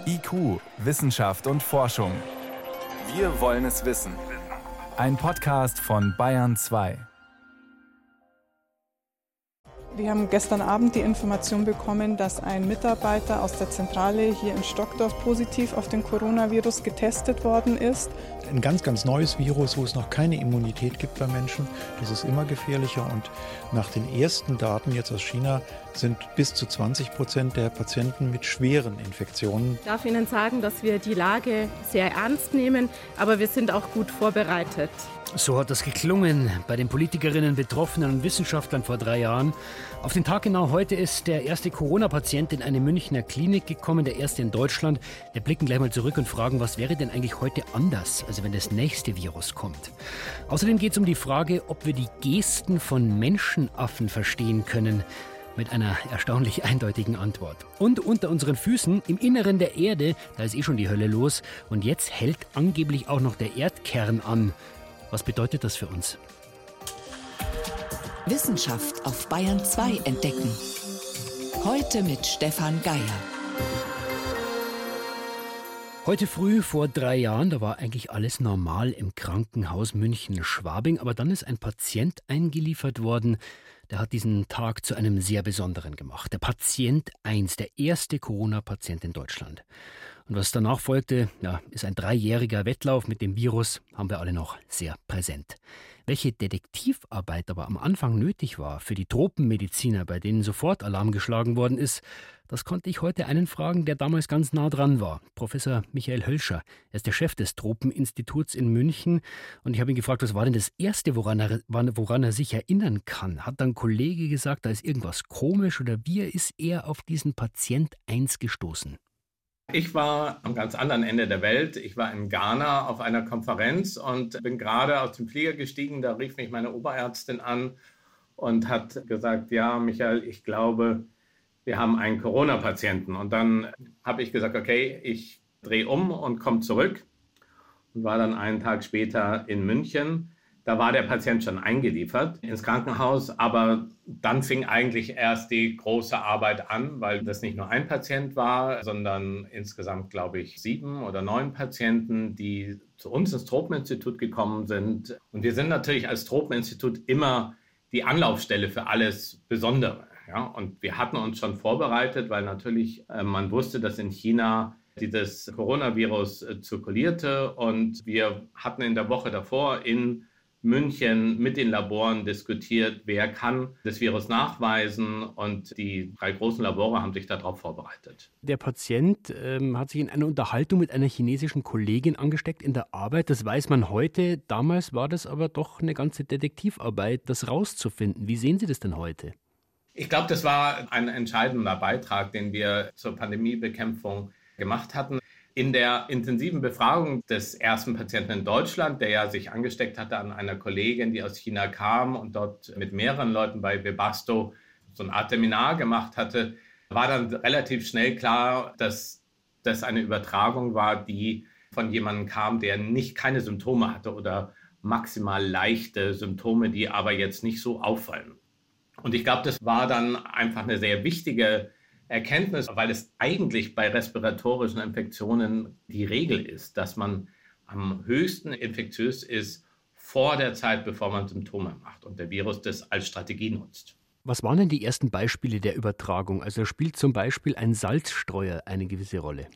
IQ, Wissenschaft und Forschung. Wir wollen es wissen. Ein Podcast von Bayern 2. Wir haben gestern Abend die Information bekommen, dass ein Mitarbeiter aus der Zentrale hier in Stockdorf positiv auf den Coronavirus getestet worden ist. Ein ganz neues Virus, wo es noch keine Immunität gibt bei Menschen. Das ist immer gefährlicher und nach den ersten Daten jetzt aus China sind bis zu 20% der Patienten mit schweren Infektionen. Ich darf Ihnen sagen, dass wir die Lage sehr ernst nehmen, aber wir sind auch gut vorbereitet. So hat das geklungen bei den Politikerinnen, Betroffenen und Wissenschaftlern vor 3 Jahren. Auf den Tag genau heute ist der erste Corona-Patient in eine Münchner Klinik gekommen, der erste in Deutschland. Wir blicken gleich mal zurück und fragen, was wäre denn eigentlich heute anders, also wenn das nächste Virus kommt. Außerdem geht es um die Frage, ob wir die Gesten von Menschenaffen verstehen können. Mit einer erstaunlich eindeutigen Antwort. Und unter unseren Füßen, im Inneren der Erde, da ist schon die Hölle los. Und jetzt hält angeblich auch noch der Erdkern an. Was bedeutet das für uns? Wissenschaft auf Bayern 2 entdecken. Heute mit Stefan Geier. Heute früh vor 3 Jahren, da war eigentlich alles normal im Krankenhaus München-Schwabing. Aber dann ist ein Patient eingeliefert worden, der hat diesen Tag zu einem sehr besonderen gemacht. Der Patient 1, der erste Corona-Patient in Deutschland. Und was danach folgte, ist ein 3-jähriger Wettlauf mit dem Virus, haben wir alle noch sehr präsent. Welche Detektivarbeit aber am Anfang nötig war für die Tropenmediziner, bei denen sofort Alarm geschlagen worden ist, das konnte ich heute einen fragen, der damals ganz nah dran war. Professor Michael Hölscher. Er ist der Chef des Tropeninstituts in München. Und ich habe ihn gefragt, was war denn das Erste, woran er sich erinnern kann? Hat dann ein Kollege gesagt, da ist irgendwas komisch, oder wie ist er auf diesen Patient 1 gestoßen? Ich war am ganz anderen Ende der Welt. Ich war in Ghana auf einer Konferenz und bin gerade aus dem Flieger gestiegen. Da rief mich meine Oberärztin an und hat gesagt, ja, Michael, ich glaube, wir haben einen Corona-Patienten. Und dann habe ich gesagt, okay, ich drehe um und komme zurück. Und war dann einen Tag später in München. Da war der Patient schon eingeliefert ins Krankenhaus, aber dann fing eigentlich erst die große Arbeit an, weil das nicht nur ein Patient war, sondern insgesamt, glaube ich, 7 oder 9 Patienten, die zu uns ins Tropeninstitut gekommen sind. Und wir sind natürlich als Tropeninstitut immer die Anlaufstelle für alles Besondere. Ja? Und wir hatten uns schon vorbereitet, weil natürlich man wusste, dass in China dieses Coronavirus zirkulierte. Und wir hatten in der Woche davor in München mit den Laboren diskutiert, wer kann das Virus nachweisen, und die 3 großen Labore haben sich darauf vorbereitet. Der Patient hat sich in einer Unterhaltung mit einer chinesischen Kollegin angesteckt in der Arbeit. Das weiß man heute. Damals war das aber doch eine ganze Detektivarbeit, das rauszufinden. Wie sehen Sie das denn heute? Ich glaube, das war ein entscheidender Beitrag, den wir zur Pandemiebekämpfung gemacht hatten. In der intensiven Befragung des ersten Patienten in Deutschland, der ja sich angesteckt hatte an einer Kollegin, die aus China kam und dort mit mehreren Leuten bei Webasto so eine Art Seminar gemacht hatte, war dann relativ schnell klar, dass das eine Übertragung war, die von jemandem kam, der keine Symptome hatte oder maximal leichte Symptome, die aber jetzt nicht so auffallen. Und ich glaube, das war dann einfach eine sehr wichtige Erkenntnis, weil es eigentlich bei respiratorischen Infektionen die Regel ist, dass man am höchsten infektiös ist vor der Zeit, bevor man Symptome macht und der Virus das als Strategie nutzt. Was waren denn die ersten Beispiele der Übertragung? Also spielt zum Beispiel ein Salzstreuer eine gewisse Rolle?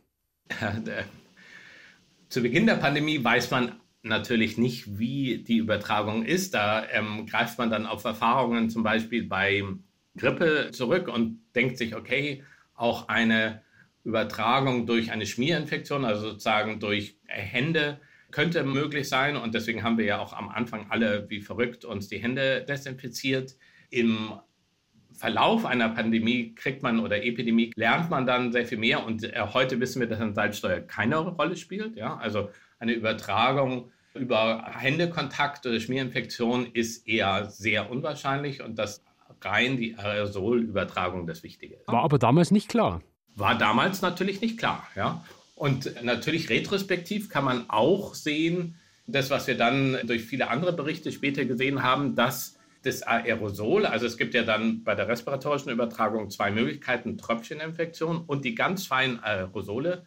Zu Beginn der Pandemie weiß man natürlich nicht, wie die Übertragung ist. Da greift man dann auf Erfahrungen zum Beispiel bei Grippe zurück und denkt sich, okay, auch eine Übertragung durch eine Schmierinfektion, also sozusagen durch Hände, könnte möglich sein. Und deswegen haben wir ja auch am Anfang alle wie verrückt uns die Hände desinfiziert. Im Verlauf einer Pandemie oder Epidemie lernt man dann sehr viel mehr. Und heute wissen wir, dass ein Salzstreuer keine Rolle spielt. Ja? Also eine Übertragung über Händekontakt oder Schmierinfektion ist eher sehr unwahrscheinlich, und das rein die Aesolübertragung das Wichtige ist. War aber damals nicht klar. War damals natürlich nicht klar, ja. Und natürlich retrospektiv kann man auch sehen, das, was wir dann durch viele andere Berichte später gesehen haben, dass das Aerosol, also es gibt ja dann bei der respiratorischen Übertragung 2 Möglichkeiten, Tröpfcheninfektion und die ganz feinen Aerosole,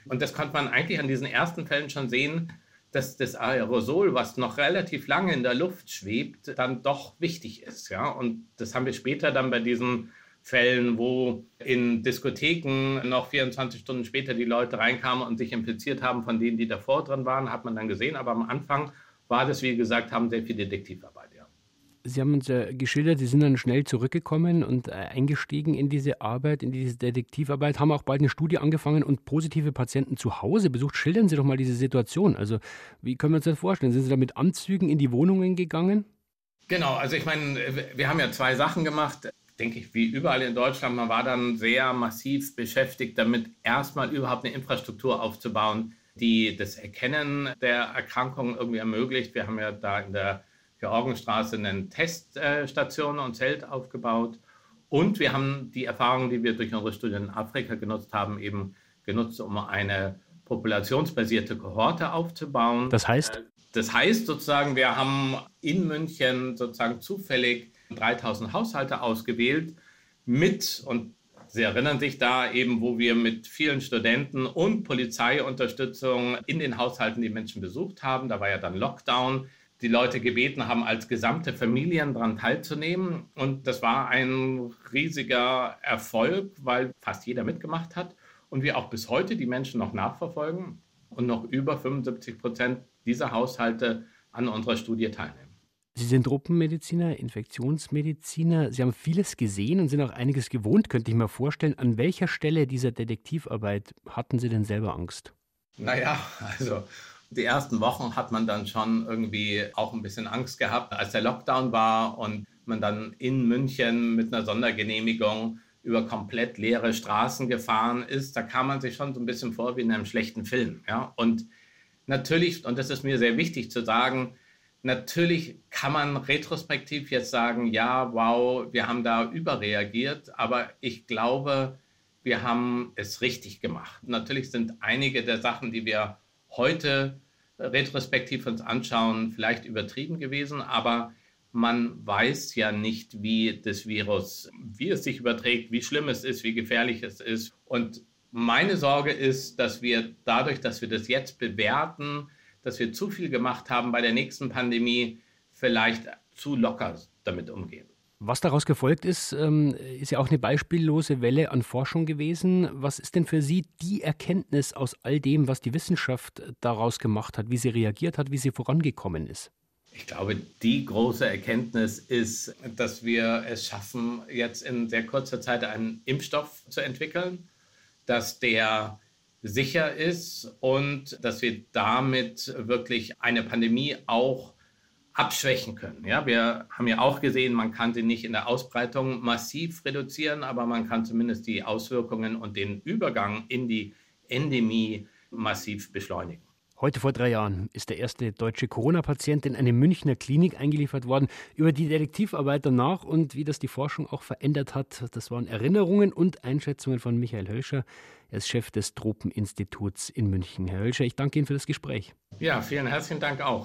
Und das konnte man eigentlich an diesen ersten Fällen schon sehen, dass das Aerosol, was noch relativ lange in der Luft schwebt, dann doch wichtig ist. Ja? Und das haben wir später dann bei diesen Fällen, wo in Diskotheken noch 24 Stunden später die Leute reinkamen und sich infiziert haben von denen, die davor drin waren, hat man dann gesehen. Aber am Anfang war das, wie gesagt, haben sehr viel Detektivarbeit. Ja. Sie haben uns ja geschildert, Sie sind dann schnell zurückgekommen und eingestiegen in diese Arbeit, in diese Detektivarbeit, haben auch bald eine Studie angefangen und positive Patienten zu Hause besucht. Schildern Sie doch mal diese Situation. Also wie können wir uns das vorstellen? Sind Sie da mit Anzügen in die Wohnungen gegangen? Genau, also ich meine, wir haben ja 2 Sachen gemacht, denke ich, wie überall in Deutschland. Man war dann sehr massiv beschäftigt, damit erstmal überhaupt eine Infrastruktur aufzubauen, die das Erkennen der Erkrankung irgendwie ermöglicht. Wir haben ja da in der Georgenstraße eine Teststation und Zelt aufgebaut. Und wir haben die Erfahrungen, die wir durch unsere Studien in Afrika genutzt haben, eben genutzt, um eine populationsbasierte Kohorte aufzubauen. Das heißt? Das heißt sozusagen, wir haben in München sozusagen zufällig 3000 Haushalte ausgewählt mit, und Sie erinnern sich da eben, wo wir mit vielen Studenten und Polizeiunterstützung in den Haushalten die Menschen besucht haben. Da war ja dann Lockdown. Die Leute gebeten haben, als gesamte Familien daran teilzunehmen. Und das war ein riesiger Erfolg, weil fast jeder mitgemacht hat. Und wir auch bis heute die Menschen noch nachverfolgen und noch über 75% dieser Haushalte an unserer Studie teilnehmen. Sie sind Tropenmediziner, Infektionsmediziner. Sie haben vieles gesehen und sind auch einiges gewohnt, könnte ich mir vorstellen. An welcher Stelle dieser Detektivarbeit hatten Sie denn selber Angst? Naja, also die ersten Wochen hat man dann schon irgendwie auch ein bisschen Angst gehabt, als der Lockdown war und man dann in München mit einer Sondergenehmigung über komplett leere Straßen gefahren ist. Da kam man sich schon so ein bisschen vor wie in einem schlechten Film. Ja? Und natürlich, und das ist mir sehr wichtig zu sagen, natürlich kann man retrospektiv jetzt sagen, ja, wow, wir haben da überreagiert, aber ich glaube, wir haben es richtig gemacht. Natürlich sind einige der Sachen, die wir heute retrospektiv uns anschauen, vielleicht übertrieben gewesen, aber man weiß ja nicht, wie das Virus, wie es sich überträgt, wie schlimm es ist, wie gefährlich es ist. Und meine Sorge ist, dass wir dadurch, dass wir das jetzt bewerten, dass wir zu viel gemacht haben, bei der nächsten Pandemie vielleicht zu locker damit umgehen. Was daraus gefolgt ist, ist ja auch eine beispiellose Welle an Forschung gewesen. Was ist denn für Sie die Erkenntnis aus all dem, was die Wissenschaft daraus gemacht hat, wie sie reagiert hat, wie sie vorangekommen ist? Ich glaube, die große Erkenntnis ist, dass wir es schaffen, jetzt in sehr kurzer Zeit einen Impfstoff zu entwickeln, dass der sicher ist und dass wir damit wirklich eine Pandemie auch abschwächen können. Ja, wir haben ja auch gesehen, man kann sie nicht in der Ausbreitung massiv reduzieren, aber man kann zumindest die Auswirkungen und den Übergang in die Endemie massiv beschleunigen. Heute vor 3 Jahren ist der erste deutsche Corona-Patient in eine Münchner Klinik eingeliefert worden. Über die Detektivarbeit danach und wie das die Forschung auch verändert hat, das waren Erinnerungen und Einschätzungen von Michael Hölscher. Er ist Chef des Tropeninstituts in München. Herr Hölscher, ich danke Ihnen für das Gespräch. Ja, vielen herzlichen Dank auch.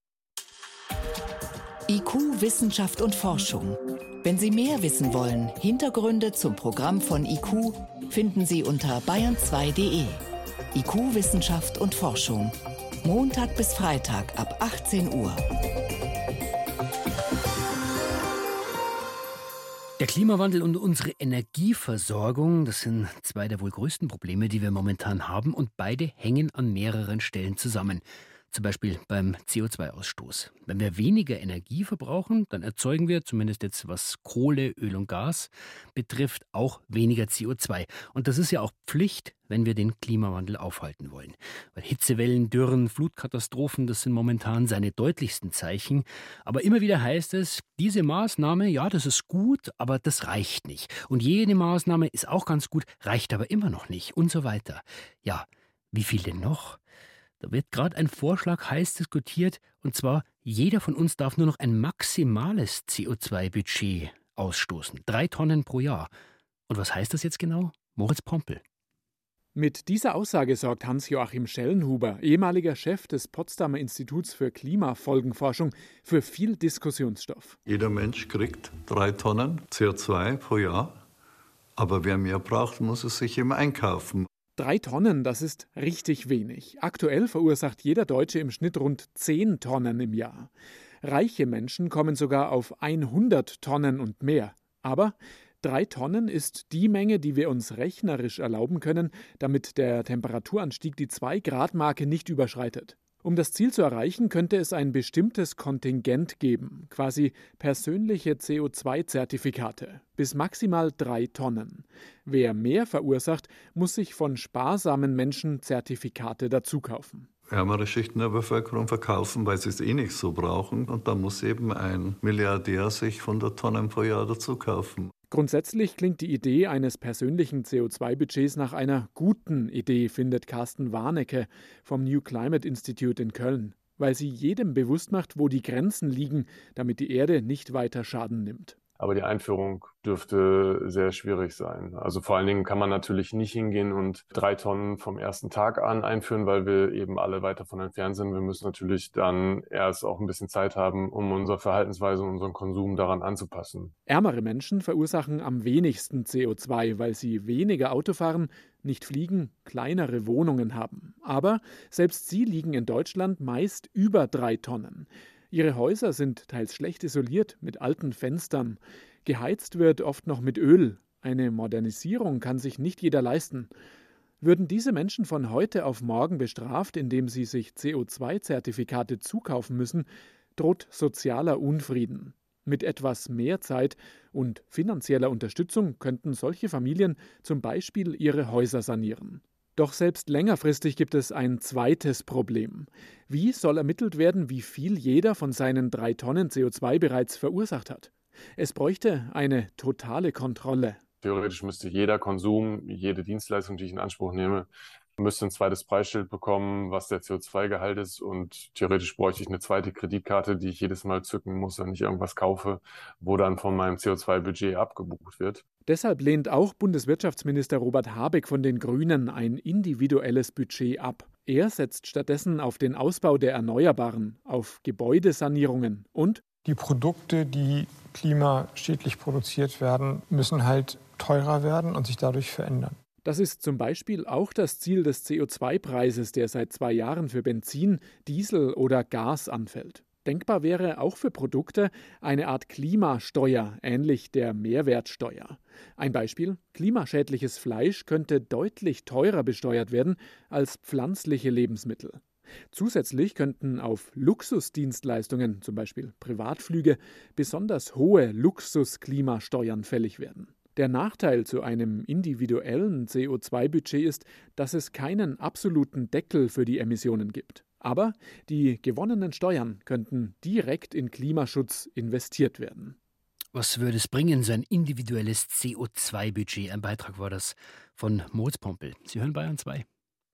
IQ, Wissenschaft und Forschung. Wenn Sie mehr wissen wollen, Hintergründe zum Programm von IQ finden Sie unter bayern2.de. IQ, Wissenschaft und Forschung. Montag bis Freitag ab 18 Uhr. Der Klimawandel und unsere Energieversorgung, das sind 2 der wohl größten Probleme, die wir momentan haben. Und beide hängen an mehreren Stellen zusammen. Zum Beispiel beim CO2-Ausstoß. Wenn wir weniger Energie verbrauchen, dann erzeugen wir, zumindest jetzt was Kohle, Öl und Gas betrifft, auch weniger CO2. Und das ist ja auch Pflicht, wenn wir den Klimawandel aufhalten wollen. Weil Hitzewellen, Dürren, Flutkatastrophen, das sind momentan seine deutlichsten Zeichen. Aber immer wieder heißt es, diese Maßnahme, ja, das ist gut, aber das reicht nicht. Und jede Maßnahme ist auch ganz gut, reicht aber immer noch nicht und so weiter. Ja, wie viel denn noch? Da wird gerade ein Vorschlag heiß diskutiert, und zwar, jeder von uns darf nur noch ein maximales CO2-Budget ausstoßen. 3 Tonnen pro Jahr. Und was heißt das jetzt genau? Moritz Pompel. Mit dieser Aussage sorgt Hans-Joachim Schellenhuber, ehemaliger Chef des Potsdamer Instituts für Klimafolgenforschung, für viel Diskussionsstoff. Jeder Mensch kriegt 3 Tonnen CO2 pro Jahr. Aber wer mehr braucht, muss es sich eben einkaufen. 3 Tonnen, das ist richtig wenig. Aktuell verursacht jeder Deutsche im Schnitt rund 10 Tonnen im Jahr. Reiche Menschen kommen sogar auf 100 Tonnen und mehr. Aber 3 Tonnen ist die Menge, die wir uns rechnerisch erlauben können, damit der Temperaturanstieg die 2-Grad-Marke nicht überschreitet. Um das Ziel zu erreichen, könnte es ein bestimmtes Kontingent geben, quasi persönliche CO2-Zertifikate, bis maximal 3 Tonnen. Wer mehr verursacht, muss sich von sparsamen Menschen Zertifikate dazukaufen. Ärmere Schichten der Bevölkerung verkaufen, weil sie es eh nicht so brauchen. Und da muss eben ein Milliardär sich 100 Tonnen pro Jahr dazu kaufen. Grundsätzlich klingt die Idee eines persönlichen CO2-Budgets nach einer guten Idee, findet Carsten Warnecke vom New Climate Institute in Köln, weil sie jedem bewusst macht, wo die Grenzen liegen, damit die Erde nicht weiter Schaden nimmt. Aber die Einführung dürfte sehr schwierig sein. Also vor allen Dingen kann man natürlich nicht hingehen und 3 Tonnen vom ersten Tag an einführen, weil wir eben alle weit davon entfernt sind. Wir müssen natürlich dann erst auch ein bisschen Zeit haben, um unsere Verhaltensweise und unseren Konsum daran anzupassen. Ärmere Menschen verursachen am wenigsten CO2, weil sie weniger Auto fahren, nicht fliegen, kleinere Wohnungen haben. Aber selbst sie liegen in Deutschland meist über 3 Tonnen. Ihre Häuser sind teils schlecht isoliert mit alten Fenstern. Geheizt wird oft noch mit Öl. Eine Modernisierung kann sich nicht jeder leisten. Würden diese Menschen von heute auf morgen bestraft, indem sie sich CO2-Zertifikate zukaufen müssen, droht sozialer Unfrieden. Mit etwas mehr Zeit und finanzieller Unterstützung könnten solche Familien zum Beispiel ihre Häuser sanieren. Doch selbst längerfristig gibt es ein zweites Problem. Wie soll ermittelt werden, wie viel jeder von seinen 3 Tonnen CO2 bereits verursacht hat? Es bräuchte eine totale Kontrolle. Theoretisch müsste jeder Konsum, jede Dienstleistung, die ich in Anspruch nehme, müsste ein zweites Preisschild bekommen, was der CO2-Gehalt ist. Und theoretisch bräuchte ich eine zweite Kreditkarte, die ich jedes Mal zücken muss, wenn ich irgendwas kaufe, wo dann von meinem CO2-Budget abgebucht wird. Deshalb lehnt auch Bundeswirtschaftsminister Robert Habeck von den Grünen ein individuelles Budget ab. Er setzt stattdessen auf den Ausbau der Erneuerbaren, auf Gebäudesanierungen und die Produkte, die klimaschädlich produziert werden, müssen halt teurer werden und sich dadurch verändern. Das ist zum Beispiel auch das Ziel des CO2-Preises, der seit 2 Jahren für Benzin, Diesel oder Gas anfällt. Denkbar wäre auch für Produkte eine Art Klimasteuer, ähnlich der Mehrwertsteuer. Ein Beispiel: Klimaschädliches Fleisch könnte deutlich teurer besteuert werden als pflanzliche Lebensmittel. Zusätzlich könnten auf Luxusdienstleistungen, zum Beispiel Privatflüge, besonders hohe Luxusklimasteuern fällig werden. Der Nachteil zu einem individuellen CO2-Budget ist, dass es keinen absoluten Deckel für die Emissionen gibt. Aber die gewonnenen Steuern könnten direkt in Klimaschutz investiert werden. Was würde es bringen, so ein individuelles CO2-Budget? Ein Beitrag war das von Moritz Pompel. Sie hören Bayern 2.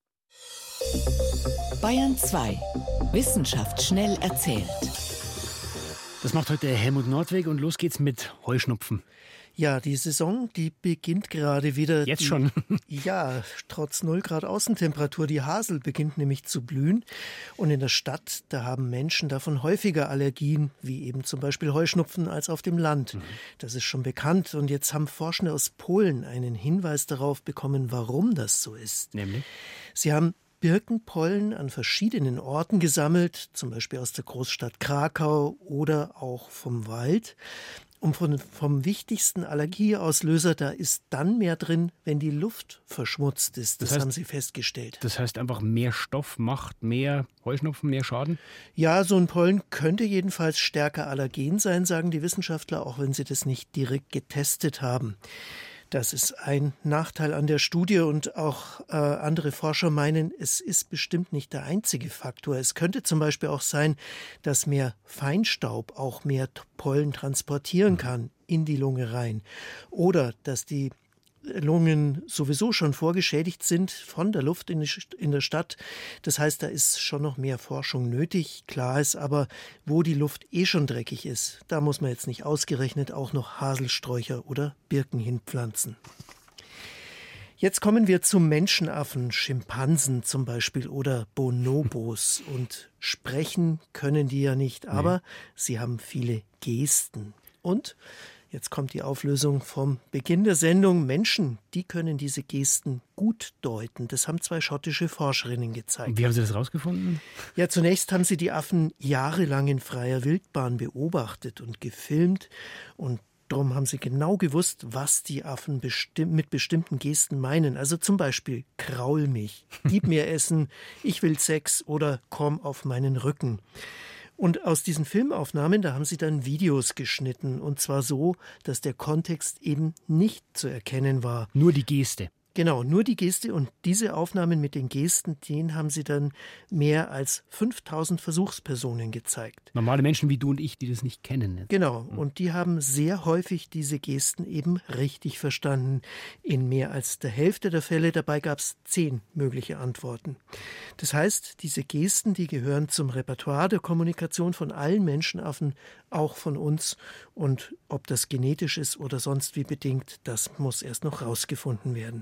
Bayern 2. Wissenschaft schnell erzählt. Das macht heute Helmut Nordweg und los geht's mit Heuschnupfen. Ja, die Saison, die beginnt gerade wieder. Jetzt schon? Ja, trotz 0 Grad Außentemperatur. Die Hasel beginnt nämlich zu blühen. Und in der Stadt, da haben Menschen davon häufiger Allergien, wie eben zum Beispiel Heuschnupfen, als auf dem Land. Das ist schon bekannt. Und jetzt haben Forschende aus Polen einen Hinweis darauf bekommen, warum das so ist. Nämlich? Sie haben Birkenpollen an verschiedenen Orten gesammelt, zum Beispiel aus der Großstadt Krakau oder auch vom Wald. Und vom wichtigsten Allergieauslöser, da ist dann mehr drin, wenn die Luft verschmutzt ist. Das heißt, haben sie festgestellt. Das heißt einfach, mehr Stoff macht mehr Heuschnupfen, mehr Schaden? Ja, so ein Pollen könnte jedenfalls stärker allergen sein, sagen die Wissenschaftler, auch wenn sie das nicht direkt getestet haben. Das ist ein Nachteil an der Studie und auch andere Forscher meinen, es ist bestimmt nicht der einzige Faktor. Es könnte zum Beispiel auch sein, dass mehr Feinstaub auch mehr Pollen transportieren kann in die Lunge rein. Oder dass die Lungen sowieso schon vorgeschädigt sind von der Luft in der Stadt. Das heißt, da ist schon noch mehr Forschung nötig. Klar ist aber, wo die Luft schon dreckig ist, da muss man jetzt nicht ausgerechnet auch noch Haselsträucher oder Birken hinpflanzen. Jetzt kommen wir zum Menschenaffen, Schimpansen zum Beispiel oder Bonobos. Und sprechen können die ja nicht, aber sie haben viele Gesten. Und Jetzt kommt die Auflösung vom Beginn der Sendung. Menschen, die können diese Gesten gut deuten. Das haben 2 schottische Forscherinnen gezeigt. Wie haben Sie das rausgefunden? Ja, zunächst haben sie die Affen jahrelang in freier Wildbahn beobachtet und gefilmt. Und darum haben sie genau gewusst, was die Affen mit bestimmten Gesten meinen. Also zum Beispiel, kraul mich, gib mir Essen, ich will Sex oder komm auf meinen Rücken. Und aus diesen Filmaufnahmen, da haben sie dann Videos geschnitten. Und zwar so, dass der Kontext eben nicht zu erkennen war. Nur die Geste. Genau, nur die Geste. Und diese Aufnahmen mit den Gesten, denen haben sie dann mehr als 5000 Versuchspersonen gezeigt. Normale Menschen wie du und ich, die das nicht kennen. Genau, und die haben sehr häufig diese Gesten eben richtig verstanden. In mehr als der Hälfte der Fälle, dabei gab es 10 mögliche Antworten. Das heißt, diese Gesten, die gehören zum Repertoire der Kommunikation von allen Menschenaffen, auch von uns. Und ob das genetisch ist oder sonst wie bedingt, das muss erst noch rausgefunden werden.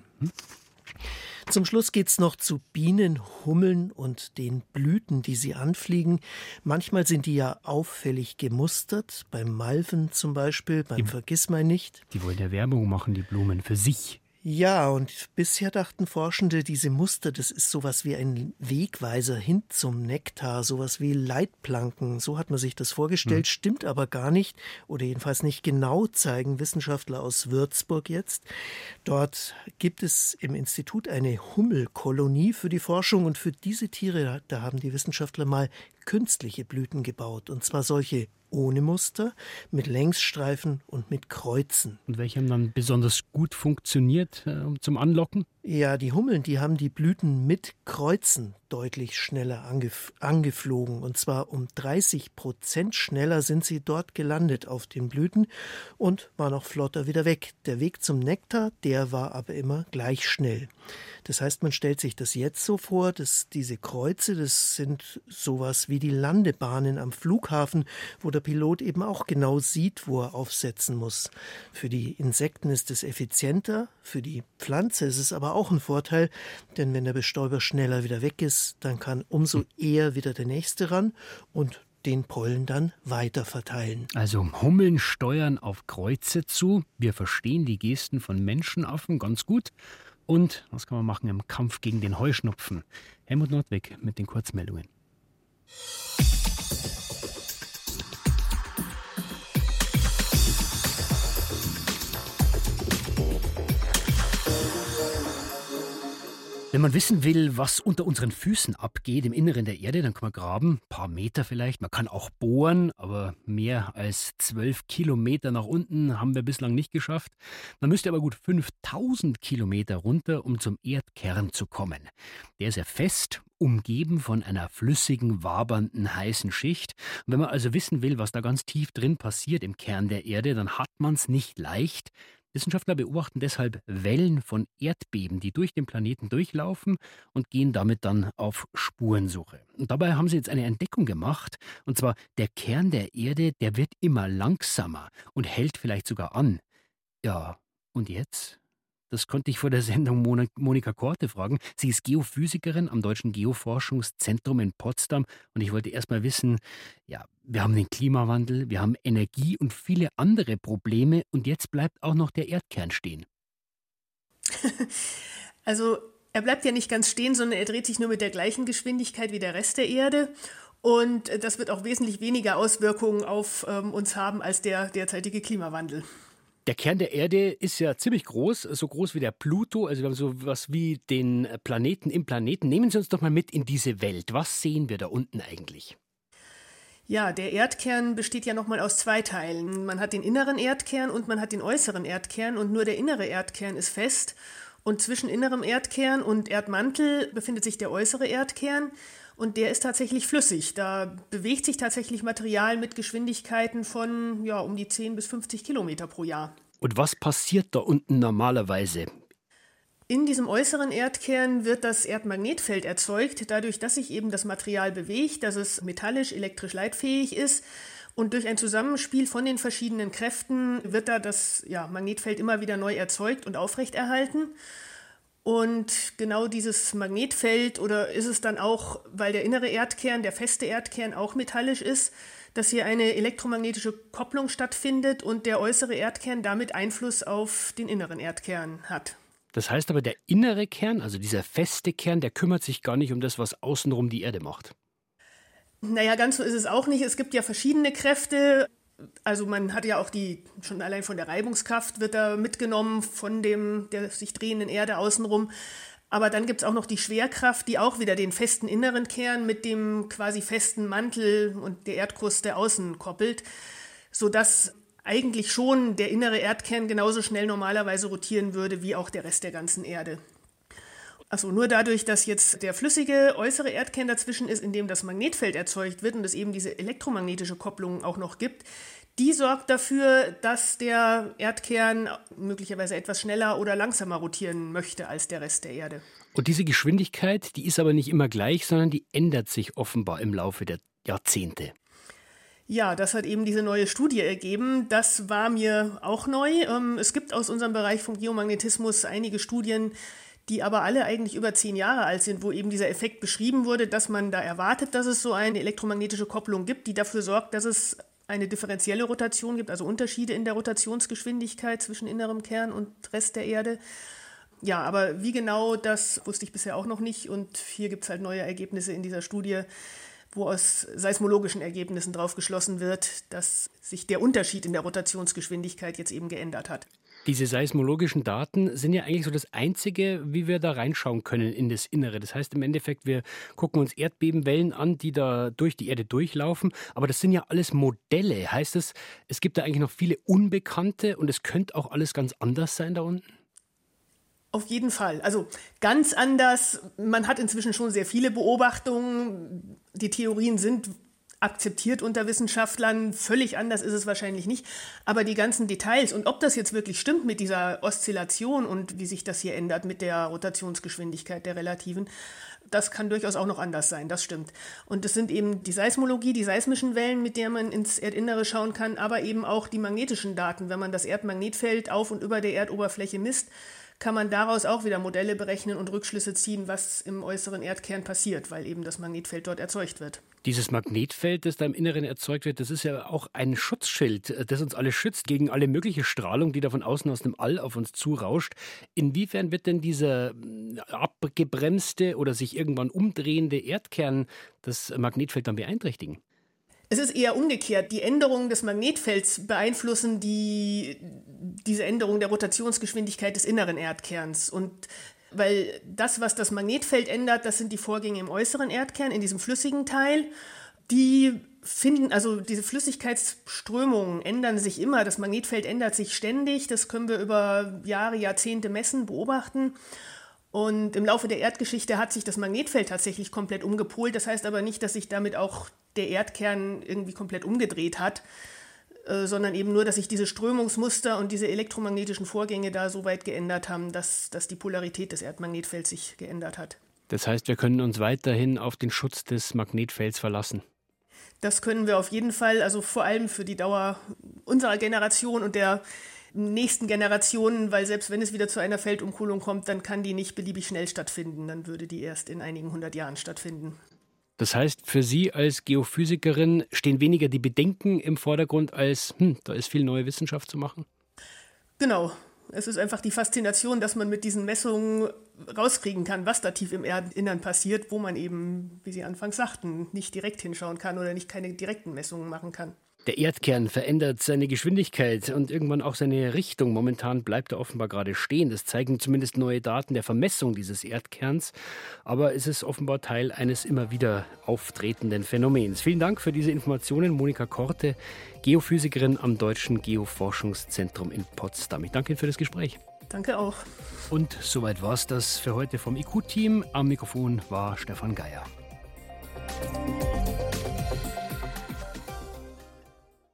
Zum Schluss geht's noch zu Bienen, Hummeln und den Blüten, die sie anfliegen. Manchmal sind die ja auffällig gemustert, beim Malven zum Beispiel, beim Vergissmeinnicht. Die wollen ja Werbung machen, die Blumen, für sich. Ja, und bisher dachten Forschende, diese Muster, das ist sowas wie ein Wegweiser hin zum Nektar, sowas wie Leitplanken. So hat man sich das vorgestellt, stimmt aber gar nicht oder jedenfalls nicht genau, zeigen Wissenschaftler aus Würzburg jetzt. Dort gibt es im Institut eine Hummelkolonie für die Forschung und für diese Tiere, da haben die Wissenschaftler mal künstliche Blüten gebaut, und zwar solche ohne Muster, mit Längsstreifen und mit Kreuzen. Und welche haben dann besonders gut funktioniert zum Anlocken? Ja, die Hummeln, die haben die Blüten mit Kreuzen deutlich schneller angeflogen. Und zwar um 30% schneller sind sie dort gelandet auf den Blüten und waren auch flotter wieder weg. Der Weg zum Nektar, der war aber immer gleich schnell. Das heißt, man stellt sich das jetzt so vor, dass diese Kreuze, das sind sowas wie die Landebahnen am Flughafen, wo der Pilot eben auch genau sieht, wo er aufsetzen muss. Für die Insekten ist es effizienter, für die Pflanze ist es aber auch ein Vorteil, denn wenn der Bestäuber schneller wieder weg ist, dann kann umso eher wieder der nächste ran und den Pollen dann weiter verteilen. Also Hummeln steuern auf Kreuze zu. Wir verstehen die Gesten von Menschenaffen ganz gut. Und was kann man machen im Kampf gegen den Heuschnupfen? Helmut Nordwig mit den Kurzmeldungen. Wenn man wissen will, was unter unseren Füßen abgeht, im Inneren der Erde, dann kann man graben, ein paar Meter vielleicht. Man kann auch bohren, aber mehr als 12 Kilometer nach unten haben wir bislang nicht geschafft. Man müsste aber gut 5000 Kilometer runter, um zum Erdkern zu kommen. Der ist ja fest, umgeben von einer flüssigen, wabernden, heißen Schicht. Und wenn man also wissen will, was da ganz tief drin passiert im Kern der Erde, dann hat man es nicht leicht. Wissenschaftler beobachten deshalb Wellen von Erdbeben, die durch den Planeten durchlaufen und gehen damit dann auf Spurensuche. Und dabei haben sie jetzt eine Entdeckung gemacht, und zwar der Kern der Erde, der wird immer langsamer und hält vielleicht sogar an. Ja, und jetzt? Das konnte ich vor der Sendung Monika Korte fragen. Sie ist Geophysikerin am Deutschen Geoforschungszentrum in Potsdam. Und ich wollte erst mal wissen, ja, wir haben den Klimawandel, wir haben Energie und viele andere Probleme. Und jetzt bleibt auch noch der Erdkern stehen. Also er bleibt ja nicht ganz stehen, sondern er dreht sich nur mit der gleichen Geschwindigkeit wie der Rest der Erde. Und das wird auch wesentlich weniger Auswirkungen auf uns haben als der derzeitige Klimawandel. Der Kern der Erde ist ja ziemlich groß, so groß wie der Pluto, also wir haben so was wie den Planeten im Planeten. Nehmen Sie uns doch mal mit in diese Welt. Was sehen wir da unten eigentlich? Ja, der Erdkern besteht ja nochmal aus 2 Teilen. Man hat den inneren Erdkern und man hat den äußeren Erdkern und nur der innere Erdkern ist fest. Und zwischen innerem Erdkern und Erdmantel befindet sich der äußere Erdkern. Und der ist tatsächlich flüssig. Da bewegt sich tatsächlich Material mit Geschwindigkeiten von um die 10 bis 50 Kilometer pro Jahr. Und was passiert da unten normalerweise? In diesem äußeren Erdkern wird das Erdmagnetfeld erzeugt, dadurch, dass sich eben das Material bewegt, dass es metallisch, elektrisch leitfähig ist. Und durch ein Zusammenspiel von den verschiedenen Kräften wird da das Magnetfeld immer wieder neu erzeugt und aufrechterhalten. Und genau dieses Magnetfeld, oder ist es dann auch, weil der innere Erdkern, der feste Erdkern auch metallisch ist, dass hier eine elektromagnetische Kopplung stattfindet und der äußere Erdkern damit Einfluss auf den inneren Erdkern hat. Das heißt aber, der innere Kern, also dieser feste Kern, der kümmert sich gar nicht um das, was außenrum die Erde macht. Naja, ganz so ist es auch nicht. Es gibt ja verschiedene Kräfte. Also man hat ja auch schon allein von der Reibungskraft wird da mitgenommen von der sich drehenden Erde außenrum. Aber dann gibt es auch noch die Schwerkraft, die auch wieder den festen inneren Kern mit dem quasi festen Mantel und der Erdkruste außen koppelt, sodass eigentlich schon der innere Erdkern genauso schnell normalerweise rotieren würde wie auch der Rest der ganzen Erde. Also nur dadurch, dass jetzt der flüssige äußere Erdkern dazwischen ist, in dem das Magnetfeld erzeugt wird und es eben diese elektromagnetische Kopplung auch noch gibt, die sorgt dafür, dass der Erdkern möglicherweise etwas schneller oder langsamer rotieren möchte als der Rest der Erde. Und diese Geschwindigkeit, die ist aber nicht immer gleich, sondern die ändert sich offenbar im Laufe der Jahrzehnte. Ja, das hat eben diese neue Studie ergeben. Das war mir auch neu. Es gibt aus unserem Bereich vom Geomagnetismus einige Studien, die aber alle eigentlich über 10 Jahre alt sind, wo eben dieser Effekt beschrieben wurde, dass man da erwartet, dass es so eine elektromagnetische Kopplung gibt, die dafür sorgt, dass es eine differenzielle Rotation gibt, also Unterschiede in der Rotationsgeschwindigkeit zwischen innerem Kern und Rest der Erde. Ja, aber wie genau, das wusste ich bisher auch noch nicht. Und hier gibt es halt neue Ergebnisse in dieser Studie, wo aus seismologischen Ergebnissen drauf geschlossen wird, dass sich der Unterschied in der Rotationsgeschwindigkeit jetzt eben geändert hat. Diese seismologischen Daten sind ja eigentlich so das Einzige, wie wir da reinschauen können in das Innere. Das heißt im Endeffekt, wir gucken uns Erdbebenwellen an, die da durch die Erde durchlaufen. Aber das sind ja alles Modelle. Heißt das, es gibt da eigentlich noch viele Unbekannte und es könnte auch alles ganz anders sein da unten? Auf jeden Fall. Also ganz anders. Man hat inzwischen schon sehr viele Beobachtungen. Die Theorien sind akzeptiert unter Wissenschaftlern. Völlig anders ist es wahrscheinlich nicht. Aber die ganzen Details und ob das jetzt wirklich stimmt mit dieser Oszillation und wie sich das hier ändert mit der Rotationsgeschwindigkeit der relativen, das kann durchaus auch noch anders sein, das stimmt. Und es sind eben die Seismologie, die seismischen Wellen, mit der man ins Erdinnere schauen kann, aber eben auch die magnetischen Daten. Wenn man das Erdmagnetfeld auf und über der Erdoberfläche misst, kann man daraus auch wieder Modelle berechnen und Rückschlüsse ziehen, was im äußeren Erdkern passiert, weil eben das Magnetfeld dort erzeugt wird. Dieses Magnetfeld, das da im Inneren erzeugt wird, das ist ja auch ein Schutzschild, das uns alle schützt gegen alle mögliche Strahlung, die da von außen aus dem All auf uns zurauscht. Inwiefern wird denn dieser abgebremste oder sich irgendwann umdrehende Erdkern das Magnetfeld dann beeinträchtigen? Es ist eher umgekehrt. Die Änderungen des Magnetfelds beeinflussen diese Änderung der Rotationsgeschwindigkeit des inneren Erdkerns. Und weil das, was das Magnetfeld ändert, das sind die Vorgänge im äußeren Erdkern, in diesem flüssigen Teil. Also diese Flüssigkeitsströmungen ändern sich immer. Das Magnetfeld ändert sich ständig. Das können wir über Jahre, Jahrzehnte messen, beobachten. Und im Laufe der Erdgeschichte hat sich das Magnetfeld tatsächlich komplett umgepolt. Das heißt aber nicht, dass sich damit auch der Erdkern irgendwie komplett umgedreht hat, sondern eben nur, dass sich diese Strömungsmuster und diese elektromagnetischen Vorgänge da so weit geändert haben, dass die Polarität des Erdmagnetfelds sich geändert hat. Das heißt, wir können uns weiterhin auf den Schutz des Magnetfelds verlassen? Das können wir auf jeden Fall, also vor allem für die Dauer unserer Generation und der nächsten Generationen, weil selbst wenn es wieder zu einer Feldumkohlung kommt, dann kann die nicht beliebig schnell stattfinden, dann würde die erst in einigen 100 Jahren stattfinden. Das heißt, für Sie als Geophysikerin stehen weniger die Bedenken im Vordergrund als, da ist viel neue Wissenschaft zu machen? Genau. Es ist einfach die Faszination, dass man mit diesen Messungen rauskriegen kann, was da tief im Erdinnern passiert, wo man eben, wie Sie anfangs sagten, nicht direkt hinschauen kann oder nicht keine direkten Messungen machen kann. Der Erdkern verändert seine Geschwindigkeit und irgendwann auch seine Richtung. Momentan bleibt er offenbar gerade stehen. Das zeigen zumindest neue Daten der Vermessung dieses Erdkerns. Aber es ist offenbar Teil eines immer wieder auftretenden Phänomens. Vielen Dank für diese Informationen, Monika Korte, Geophysikerin am Deutschen Geoforschungszentrum in Potsdam. Ich danke Ihnen für das Gespräch. Danke auch. Und soweit war es das für heute vom IQ-Team. Am Mikrofon war Stefan Geier.